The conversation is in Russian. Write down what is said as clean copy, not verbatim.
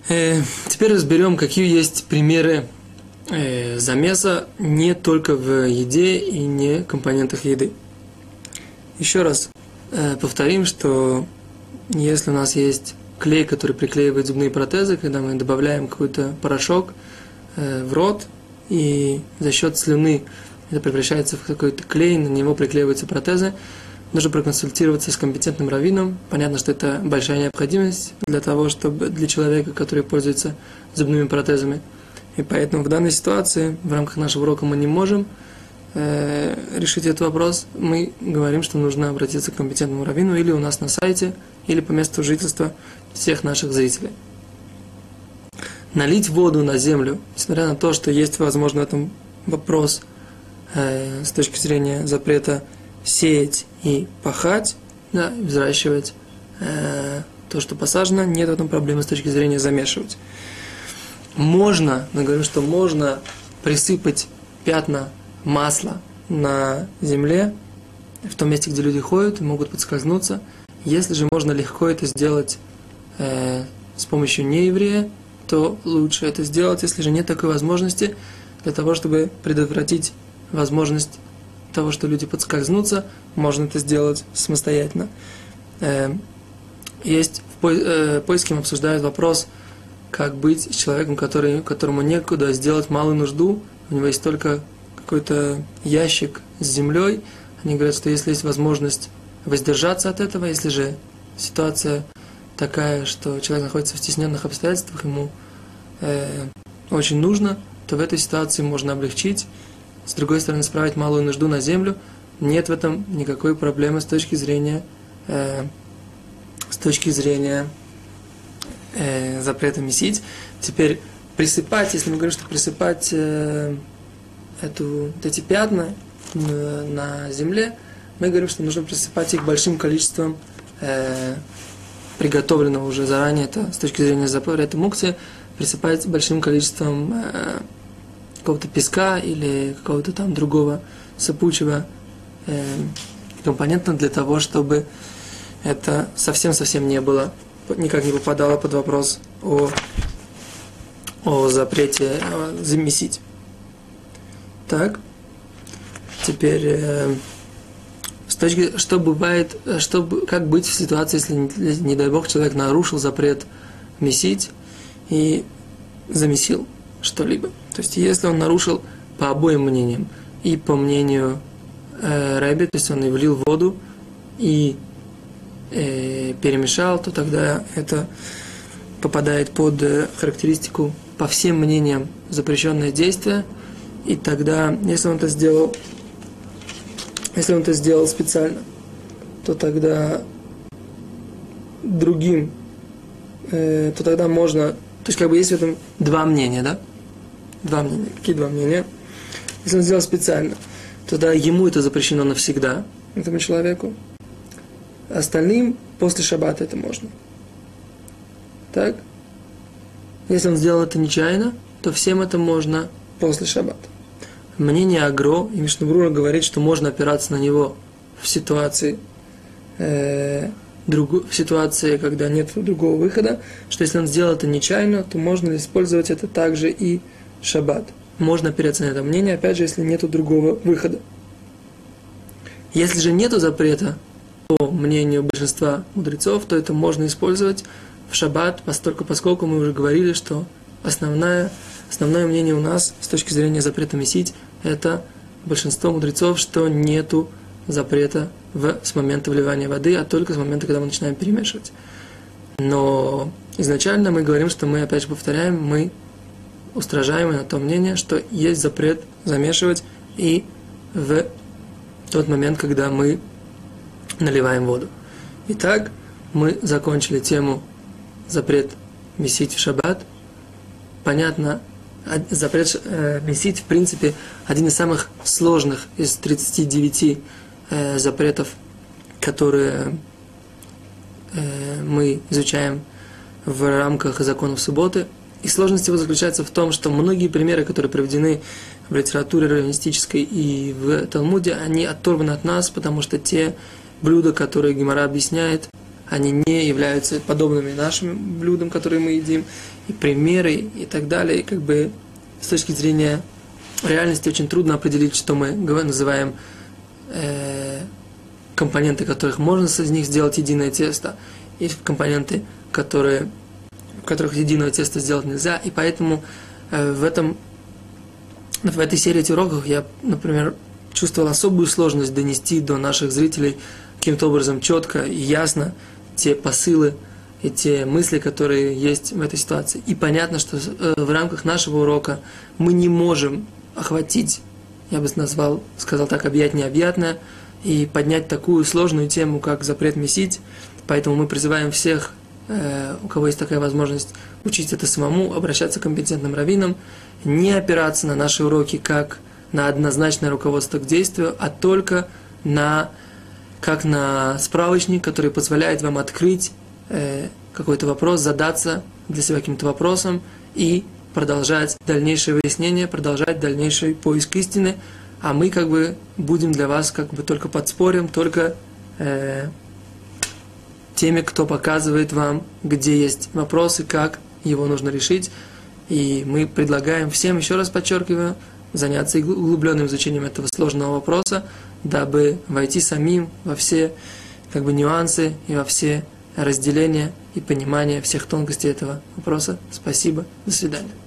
Теперь разберем, какие есть примеры замеса не только в еде и не компонентах еды. Еще раз повторим, что если у нас есть клей, который приклеивает зубные протезы, когда мы добавляем какой-то порошок в рот, и за счет слюны это превращается в какой-то клей, на него приклеиваются протезы, нужно проконсультироваться с компетентным раввином. Понятно, что это большая необходимость для человека, который пользуется зубными протезами. И поэтому в данной ситуации, в рамках нашего урока, мы не можем решить этот вопрос. Мы говорим, что нужно обратиться к компетентному раввину или у нас на сайте, или по месту жительства всех наших зрителей. Налить воду на землю, несмотря на то, что есть, возможно, в этом вопрос с точки зрения запрета сеять и пахать, да, взращивать то, что посажено, нет в этом проблемы с точки зрения замешивать. Можно, мы говорим, что можно присыпать пятна масла на земле, в том месте, где люди ходят, могут подскользнуться. Если же можно легко это сделать с помощью нееврея, то лучше это сделать, если же нет такой возможности, для того, чтобы предотвратить возможность того, что люди подскользнутся, можно это сделать самостоятельно. Есть в поиске обсуждают вопрос, как быть с человеком, которому некуда сделать малую нужду, у него есть только какой-то ящик с землей. Они говорят, что если есть возможность воздержаться от этого, если же ситуация такая, что человек находится в стесненных обстоятельствах, ему очень нужно, то в этой ситуации можно облегчить. С другой стороны, справить малую нужду на землю. Нет в этом никакой проблемы с точки зрения запрета месить. Теперь присыпать, если мы говорим, что присыпать эти пятна на земле, мы говорим, что нужно присыпать их большим количеством приготовленного уже заранее, это с точки зрения запрета мукции, присыпать большим количеством какого-то песка или какого-то там другого сыпучего компонента для того, чтобы это совсем-совсем никак не попадало под вопрос о запрете замесить. Так, теперь как быть в ситуации, если, не дай Бог, человек нарушил запрет месить и замесил что-либо. То есть, если он нарушил по обоим мнениям, и по мнению Ребе, то есть он и влил воду, и перемешал, то тогда это попадает под характеристику по всем мнениям запрещенное действие, и тогда, если он это сделал специально, то тогда то тогда можно, то есть как бы есть в этом два мнения, да? Два мнения. Какие два мнения? Если он сделал специально, то тогда ему это запрещено навсегда, этому человеку. Остальным после шаббата это можно. Так? Если он сделал это нечаянно, то всем это можно после шаббата. Мнение Агро и Мишна Брура говорит, что можно опираться на него в ситуации, когда нет другого выхода, что если он сделал это нечаянно, то можно использовать это также и в шаббат. Можно опираться на это мнение, опять же, если нет другого выхода. Если же нет запрета, по мнению большинства мудрецов, то это можно использовать в шаббат, поскольку мы уже говорили, что основное мнение у нас с точки зрения запрета месить, это большинство мудрецов, что нету запрета с момента вливания воды, а только с момента, когда мы начинаем перемешивать. Но изначально мы говорим, что мы, опять же повторяем, мы устражаем на то мнение, что есть запрет замешивать и в тот момент, когда мы наливаем воду. Итак, мы закончили тему запрет месить в шаббат. Понятно, запрет месить, в принципе, один из самых сложных из 39 запретов, которые мы изучаем в рамках законов субботы. И сложность его заключается в том, что многие примеры, которые приведены в литературе раввинистической и в Талмуде, они оторваны от нас, потому что те блюда, которые Гемара объясняет, они не являются подобными нашим блюдам, которые мы едим, и примеры, и так далее. И как бы с точки зрения реальности очень трудно определить, что мы называем компоненты, которых можно из них сделать единое тесто, и компоненты, в которых единого теста сделать нельзя. И поэтому в этой серии этих уроков я, например, чувствовал особую сложность донести до наших зрителей каким-то образом четко и ясно те посылы и те мысли, которые есть в этой ситуации. И понятно, что в рамках нашего урока мы не можем охватить, я бы сказал так, объять необъятное, и поднять такую сложную тему, как запрет месить. Поэтому мы призываем всех, у кого есть такая возможность, учить это самому, обращаться к компетентным раввинам, не опираться на наши уроки как на однозначное руководство к действию, а только как на справочник, который позволяет вам открыть какой-то вопрос, задаться для себя каким-то вопросом и продолжать дальнейшее выяснение, продолжать дальнейший поиск истины, а мы как бы будем для вас как бы только подспорьем, только теми, кто показывает вам, где есть вопросы, как его нужно решить. И мы предлагаем всем, еще раз подчеркиваю, заняться углубленным изучением этого сложного вопроса, дабы войти самим во все как бы нюансы и во все разделения и понимание всех тонкостей этого вопроса. Спасибо. До свидания.